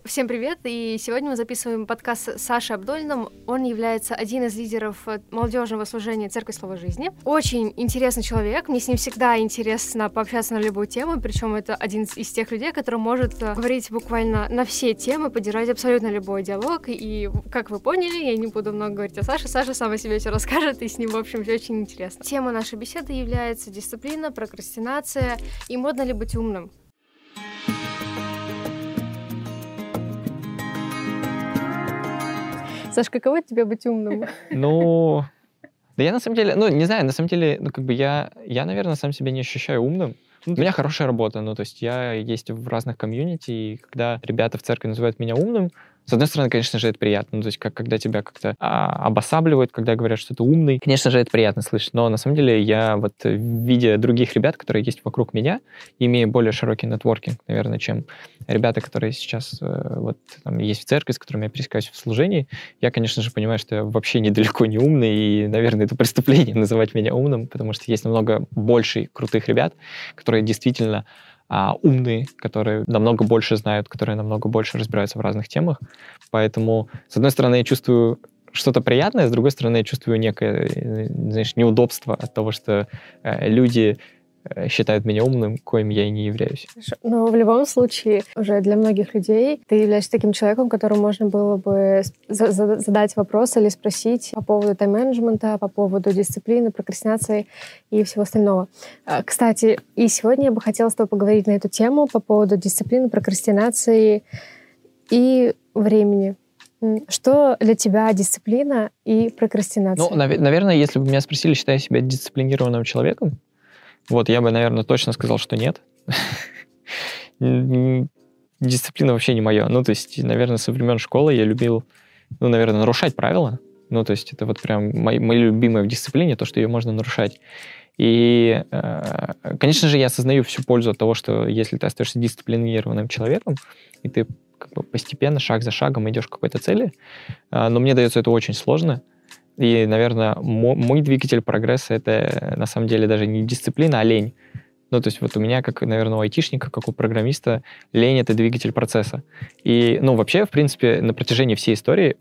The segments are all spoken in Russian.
Всем привет, и сегодня мы записываем подкаст с Сашей Абдолиным. Он является один из лидеров молодежного служения «Церковь Слова Жизни». Очень интересный человек, мне с ним всегда интересно пообщаться на любую тему, причем это один из тех людей, который может говорить буквально на все темы, поддержать абсолютно любой диалог. И, как вы поняли, я не буду много говорить о Саше, Саша сам о себе все расскажет, и с ним, в общем, все очень интересно. Тема нашей беседы является дисциплина, прокрастинация и модно ли быть умным. Саш, каково тебе быть умным? Да я на самом деле, не знаю, на самом деле, я, наверное, сам себя не ощущаю умным. У меня хорошая работа, то есть я есть в разных комьюнити, и когда ребята в церкви называют меня умным, с одной стороны, конечно же, это приятно, то есть когда тебя как-то обосабливают, когда говорят, что ты умный, конечно же, это приятно слышать, но на самом деле я видя других ребят, которые есть вокруг меня, имея более широкий нетворкинг, наверное, чем ребята, которые сейчас есть в церкви, с которыми я пересекаюсь в служении, я, конечно же, понимаю, что я вообще недалеко не умный, и, наверное, это преступление называть меня умным, потому что есть намного больше крутых ребят, которые действительно умные, которые намного больше знают, которые намного больше разбираются в разных темах. Поэтому, с одной стороны, я чувствую что-то приятное, с другой стороны, я чувствую некое, неудобство от того, что люди считают меня умным, коим я и не являюсь. Но в любом случае, уже для многих людей ты являешься таким человеком, которому можно было бы задать вопрос или спросить по поводу тайм-менеджмента, по поводу дисциплины, прокрастинации и всего остального. Кстати, и сегодня я бы хотела с тобой поговорить на эту тему по поводу дисциплины, прокрастинации и времени. Что для тебя дисциплина и прокрастинация? Наверное, если бы меня спросили, считаю себя дисциплинированным человеком, я бы, наверное, точно сказал, что нет. Дисциплина вообще не моя. То есть, наверное, со времен школы я любил, наверное, нарушать правила. То есть, это прям моя любимая в дисциплине, то, что ее можно нарушать. И, конечно же, я осознаю всю пользу от того, что если ты остаешься дисциплинированным человеком, и ты постепенно, шаг за шагом идешь к какой-то цели, но мне дается это очень сложно. И, наверное, мой двигатель прогресса — это, на самом деле, даже не дисциплина, а лень. То есть у меня, как, наверное, у айтишника, как у программиста, лень — это двигатель процесса. И, вообще, в принципе, на протяжении всей истории,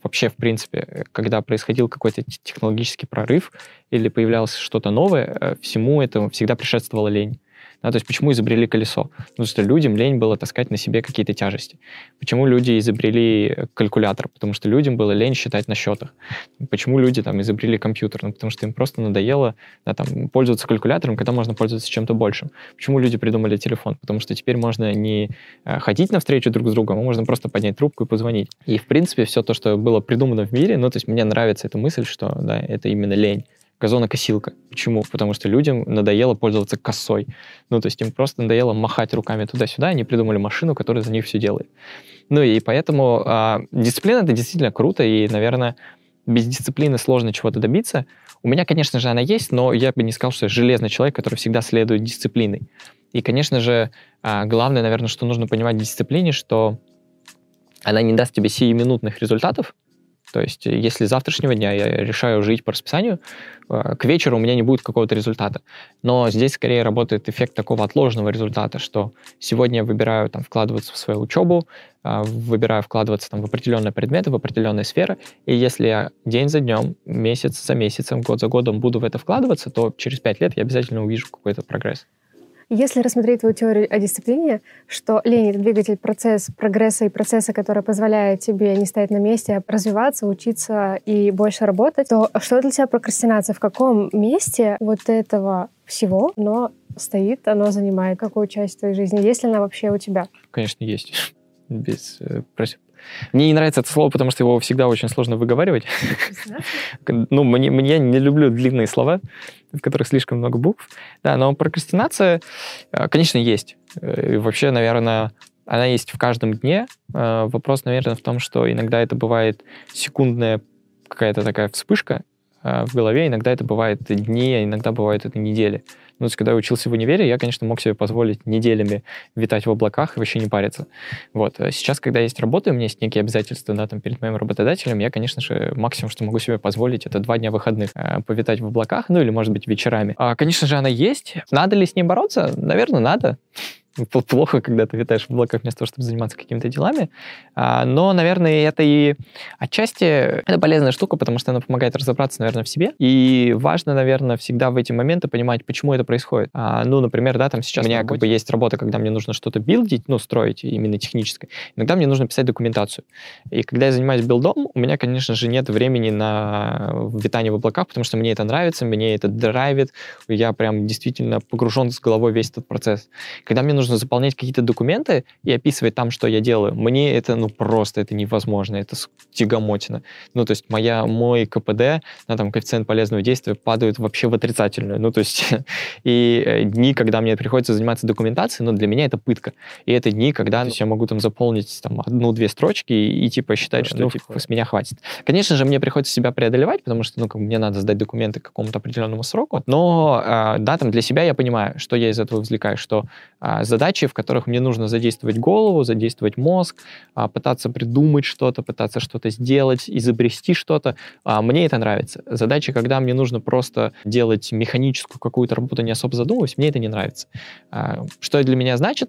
когда происходил какой-то технологический прорыв или появлялось что-то новое, всему этому всегда предшествовала лень. То есть почему изобрели колесо? Потому что людям лень было таскать на себе какие-то тяжести. Почему люди изобрели калькулятор? Потому что людям было лень считать на счетах. Почему люди изобрели компьютер? Потому что им просто надоело пользоваться калькулятором, когда можно пользоваться чем-то большим. Почему люди придумали телефон? Потому что теперь можно не ходить навстречу друг с другом, а можно просто поднять трубку и позвонить. И, в принципе, все то, что было придумано в мире, то есть мне нравится эта мысль, что это именно лень. Газонокосилка. Почему? Потому что людям надоело пользоваться косой. То есть им просто надоело махать руками туда-сюда, они придумали машину, которая за них все делает. И поэтому дисциплина — это действительно круто, и, наверное, без дисциплины сложно чего-то добиться. У меня, конечно же, она есть, но я бы не сказал, что я железный человек, который всегда следует дисциплиной. И, конечно же, главное, наверное, что нужно понимать в дисциплине, что она не даст тебе сиюминутных результатов. То есть, если с завтрашнего дня я решаю жить по расписанию, к вечеру у меня не будет какого-то результата. Но здесь скорее работает эффект такого отложенного результата, что сегодня я выбираю вкладываться в свою учебу, выбираю вкладываться в определенные предметы, в определенные сферы, и если я день за днем, месяц за месяцем, год за годом буду в это вкладываться, то через 5 лет я обязательно увижу какой-то прогресс. Если рассмотреть твою теорию о дисциплине, что лень — это двигатель прогресса и процесса, который позволяет тебе не стоять на месте, а развиваться, учиться и больше работать, то что для тебя прокрастинация? В каком месте этого всего оно стоит, оно занимает какую часть твоей жизни? Есть ли она вообще у тебя? Конечно, есть. Мне не нравится это слово, потому что его всегда очень сложно выговаривать. Я не люблю длинные слова, в которых слишком много букв. Да, но прокрастинация, конечно, есть. И вообще, наверное, она есть в каждом дне. Вопрос, наверное, в том, что иногда это бывает секундная какая-то такая вспышка в голове, иногда это бывает дни, а иногда бывают это недели. То есть, когда я учился в универе, я, конечно, мог себе позволить неделями витать в облаках и вообще не париться. Сейчас, когда есть работа, у меня есть некие обязательства перед моим работодателем, я, конечно же, максимум, что могу себе позволить, это 2 дня выходных повитать в облаках, или, может быть, вечерами. Конечно же, она есть. Надо ли с ней бороться? Наверное, надо. плохо, когда ты витаешь в облаках вместо того, чтобы заниматься какими-то делами. Но, наверное, это и отчасти это полезная штука, потому что она помогает разобраться, наверное, в себе. И важно, наверное, всегда в эти моменты понимать, почему это происходит. Ну, например, да, там сейчас у меня как бы есть работа, когда мне нужно что-то билдить, ну, строить именно техническое. Иногда мне нужно писать документацию. И когда я занимаюсь билдом, у меня, конечно же, нет времени на витание в облаках, потому что мне это нравится, мне это драйвит. Я прям действительно погружен с головой весь этот процесс. Когда мне нужно заполнять какие-то документы и описывать там, что я делаю, мне это, ну, просто это невозможно, это тягомотина. Ну, то есть мой КПД, там, коэффициент полезного действия падают вообще в отрицательную. Ну, то есть и дни, когда мне приходится заниматься документацией, ну, для меня это пытка. И это дни, когда я могу там заполнить там 1-2 строчки и типа считать, что типа, с меня хватит. Конечно же, мне приходится себя преодолевать, потому что, ну, как бы мне надо сдать документы к какому-то определенному сроку, но, да, там для себя я понимаю, что я из этого извлекаю, что задачи, в которых мне нужно задействовать голову, задействовать мозг, пытаться придумать что-то, пытаться что-то сделать, изобрести что-то, мне это нравится. Задачи, когда мне нужно просто делать механическую какую-то работу, не особо задумываясь, мне это не нравится. Что для меня значит,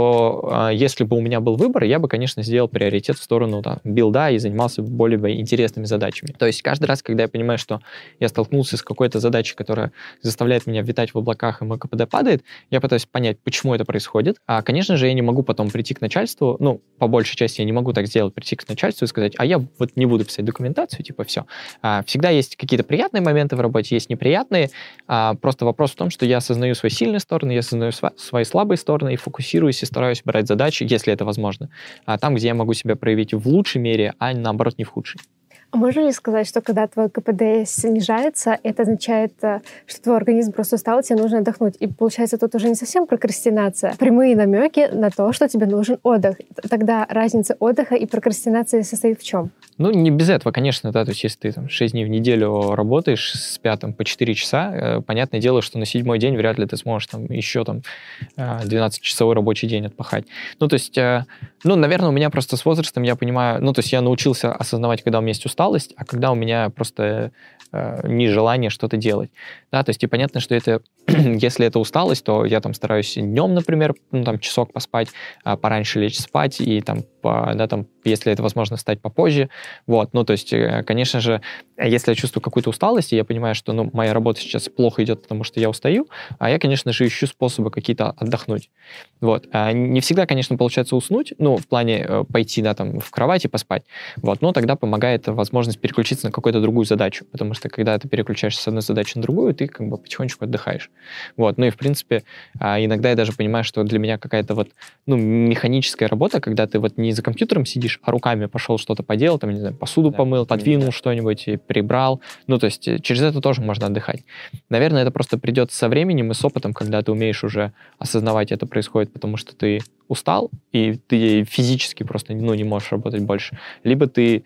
что если бы у меня был выбор, я бы, конечно, сделал приоритет в сторону билда и занимался более интересными задачами. То есть каждый раз, когда я понимаю, что я столкнулся с какой-то задачей, которая заставляет меня витать в облаках, и мой КПД падает, я пытаюсь понять, почему это происходит. Конечно же, я не могу потом прийти к начальству, ну, по большей части я не могу так сделать, прийти к начальству и сказать, я вот не буду писать документацию, типа, все. Всегда есть какие-то приятные моменты в работе, есть неприятные. Просто вопрос в том, что я осознаю свои сильные стороны, я осознаю свои слабые стороны и фокусируюсь и стараюсь брать задачи, если это возможно, там, где я могу себя проявить в лучшей мере, а наоборот не в худшей. А можно ли сказать, что когда твой КПД снижается, это означает, что твой организм просто устал, тебе нужно отдохнуть? И получается, тут уже не совсем прокрастинация, прямые намеки на то, что тебе нужен отдых. Тогда разница отдыха и прокрастинации состоит в чем? Ну, не без этого, конечно, да, то есть если ты там 6 дней в неделю работаешь с 5 по 4 часа, понятное дело, что на 7-й день вряд ли ты сможешь там еще там 12-часовой рабочий день отпахать. Ну, то есть, наверное, у меня просто с возрастом я понимаю, ну, то есть я научился осознавать, когда у меня есть усталость, а когда у меня просто нежелание что-то делать. Да, то есть и понятно, что это, если это усталость, то я там стараюсь днем, например, там часок поспать, пораньше лечь спать и там, если это возможно, встать попозже. Вот, ну, то есть, конечно же, если я чувствую какую-то усталость, и я понимаю, что, моя работа сейчас плохо идет, потому что я устаю, я, конечно же, ищу способы какие-то отдохнуть. Вот. Не всегда, конечно, получается уснуть, в плане пойти, в кровать и поспать. Вот, но тогда помогает возможность переключиться на какую-то другую задачу, потому что, когда ты переключаешься с одной задачи на другую, ты как бы потихонечку отдыхаешь. Вот, и, в принципе, иногда я даже понимаю, что для меня какая-то механическая работа, когда ты не за компьютером сидишь, а руками пошел что-то поделал, не знаю, посуду помыл, подвинул что-нибудь, и прибрал. То есть через это тоже можно отдыхать. Наверное, это просто придет со временем и с опытом, когда ты умеешь уже осознавать, это происходит, потому что ты устал, и ты физически просто не можешь работать больше. Либо ты,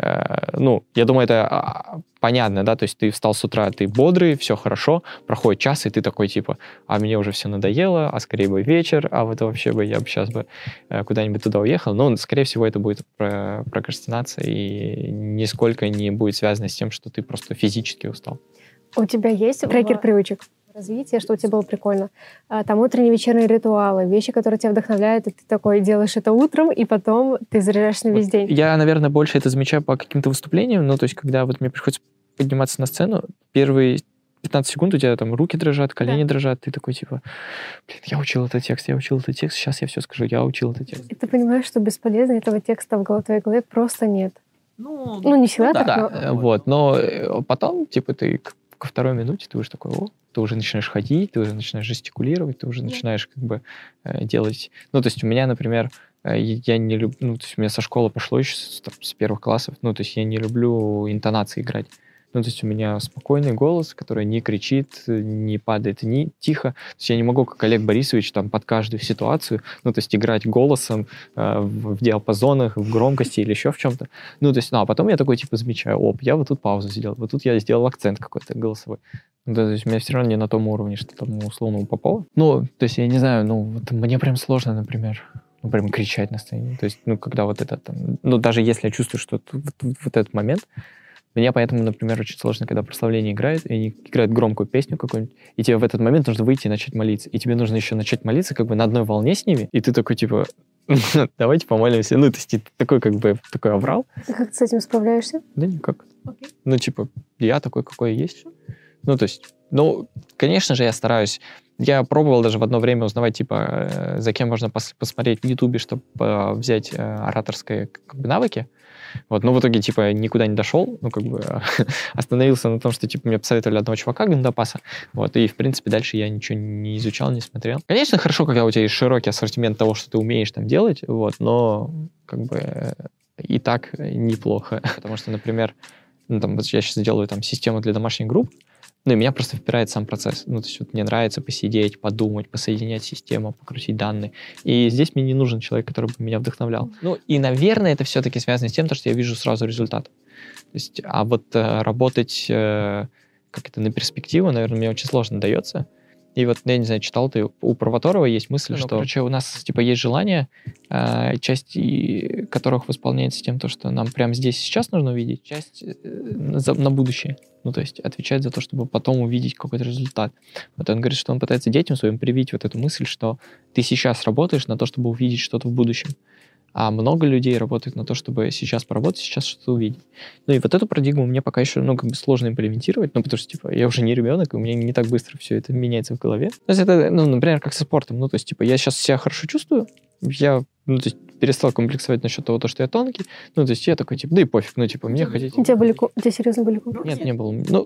я думаю, это понятно, да, то есть ты встал с утра, ты бодрый, все хорошо, проходит час, и ты такой, типа, мне уже все надоело, скорее бы вечер, это вообще я бы сейчас куда-нибудь туда уехал. Но, скорее всего, это будет прокрастинация и нисколько не будет связано с тем, что ты просто физически устал. У тебя есть трекер привычек? Развитие, что у тебя было прикольно. Там утренние, вечерние ритуалы, вещи, которые тебя вдохновляют, и ты такой делаешь это утром, и потом ты заряжаешься на весь день. Я, наверное, больше это замечаю по каким-то выступлениям, то есть когда мне приходится подниматься на сцену, первые 15 секунд у тебя там руки дрожат, колени дрожат, ты такой типа, я учил этот текст, сейчас я все скажу, я учил этот текст. И ты понимаешь, что бесполезно этого текста в твоей голове просто нет. Не всегда так, да. Но потом, типа, ты ко второй минуте ты уже такой, ты уже начинаешь ходить, ты уже начинаешь жестикулировать, ты уже начинаешь делать... то есть у меня, например, я не люблю... то есть у меня со школы пошло еще с первых классов, то есть я не люблю интонации играть. То есть у меня спокойный голос, который не кричит, не падает тихо. То есть я не могу, как Олег Борисович, под каждую ситуацию, то есть играть голосом в диапазонах, в громкости или еще в чем-то. То есть, а потом я такой, замечаю, я тут паузу сделал, тут я сделал акцент какой-то голосовой. То есть у меня все равно не на том уровне, что там у условного Попова. То есть я не знаю, мне прям сложно, например, прям кричать на сцене. То есть, когда это даже если я чувствую, что вот этот момент, Мне поэтому, например, очень сложно, когда прославление играет, и они играют громкую песню какую-нибудь, и тебе в этот момент нужно выйти и начать молиться. И тебе нужно еще начать молиться как бы на одной волне с ними, и ты такой, типа, давайте помолимся. Ну, то есть такой как бы такой аврал. Ты как ты с этим справляешься? Да никак. Okay. Ну, типа, я такой, какой есть. Ну, то есть, ну, конечно же, я стараюсь. Я пробовал даже в одно время узнавать, типа, за кем можно посмотреть в Ютубе, чтобы взять ораторские как бы, навыки. Вот, но в итоге, типа, никуда не дошел, ну, как бы, остановился на том, что, типа, мне посоветовали одного чувака, гандапаса, вот, и, в принципе, дальше я ничего не изучал, не смотрел. Конечно, хорошо, когда у тебя есть широкий ассортимент того, что ты умеешь там делать, вот, но, как бы, и так неплохо, потому что, например, ну, там, вот я сейчас делаю там систему для домашних групп, ну, и меня просто впирает сам процесс. Ну, то есть вот мне нравится посидеть, подумать, посоединять систему, покрутить данные. И здесь мне не нужен человек, который бы меня вдохновлял. Ну, и, наверное, это все-таки связано с тем, что я вижу сразу результат. То есть, а вот работать как это на перспективу, наверное, мне очень сложно дается. И вот, я не знаю, читал ты, у Провоторова есть мысль, что, короче, у нас, типа, есть желания, часть которых восполняется тем, что нам прямо здесь сейчас нужно увидеть, часть на будущее. Ну, то есть отвечать за то, чтобы потом увидеть какой-то результат. Вот он говорит, что он пытается детям своим привить вот эту мысль, что ты сейчас работаешь на то, чтобы увидеть что-то в будущем. А много людей работают на то, чтобы сейчас поработать, сейчас что-то увидеть. Ну и вот эту парадигму мне пока еще, ну, как бы сложно имплементировать, ну, потому что, типа, я уже не ребенок, и у меня не так быстро все это меняется в голове. То есть это, ну, например, как со спортом. Ну, то есть, типа, я сейчас себя хорошо чувствую, я, ну, то есть, перестал комплексовать насчет того, что я тонкий. Ну, то есть, я такой, типа, да и пофиг, ну, типа, мне хотеть... У тебя серьезно были комплексы? Нет, не было.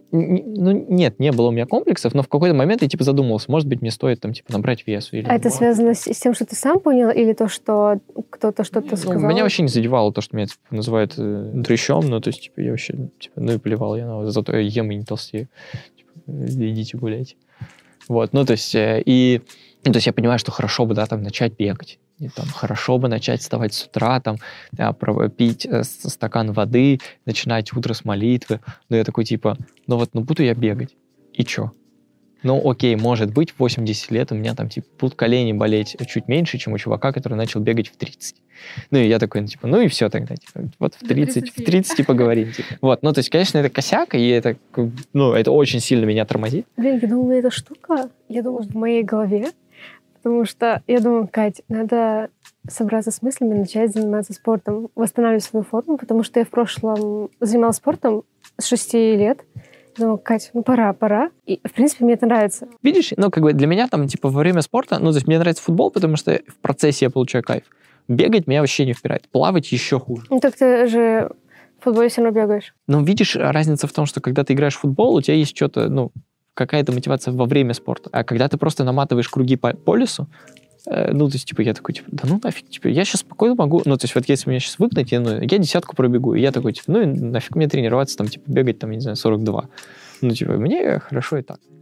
Нет, не было у меня комплексов, но в какой-то момент я, типа, задумался, может быть, мне стоит, там, типа, набрать вес. Или, это связано с тем, что ты сам понял, или то, что кто-то что-то сказал? Меня вообще не задевало то, что меня типа, называют дрыщом, ну, то есть, типа, я вообще, типа, ну, и плевал я, но зато я ем и не толстею. Типа, идите гуляйте. Вот, ну, то есть, ну, то есть я понимаю, что хорошо бы, да, там, начать бегать. И, там, хорошо бы начать вставать с утра, там, пить стакан воды, начинать утро с молитвы. Но я такой, типа, ну вот, ну буду я бегать. И чё? Ну, окей, может быть, в 80 лет у меня там, типа, будут колени болеть чуть меньше, чем у чувака, который начал бегать в 30. Ну, и я такой, ну, типа, ну и все тогда, типа, вот в 30 и поговорим, типа. Вот, ну, то есть, конечно, это косяк, и это, ну, это очень сильно меня тормозит. Блин, я думала, эта штука, в моей голове, потому что я думаю, Кать, надо собраться с мыслями, начать заниматься спортом, восстанавливать свою форму, потому что я в прошлом занималась спортом с 6 лет. Думаю, Кать, ну пора. И, в принципе, мне это нравится. Видишь, ну, как бы для меня там, типа, во время спорта, ну, то есть мне нравится футбол, потому что в процессе я получаю кайф. Бегать меня вообще не впирает. Плавать еще хуже. Ну, так ты же в футболе все равно бегаешь. Ну, видишь, разница в том, что когда ты играешь в футбол, у тебя есть что-то, ну, какая-то мотивация во время спорта. А когда ты просто наматываешь круги по лесу, ну, то есть, типа, я такой, типа, да ну нафиг, типа, я сейчас спокойно могу, ну, то есть, вот если меня сейчас выгнать, я 10 пробегу, и я такой, типа, ну, и нафиг мне тренироваться, там, типа, бегать, там, не знаю, 42. Ну, типа, мне хорошо и так.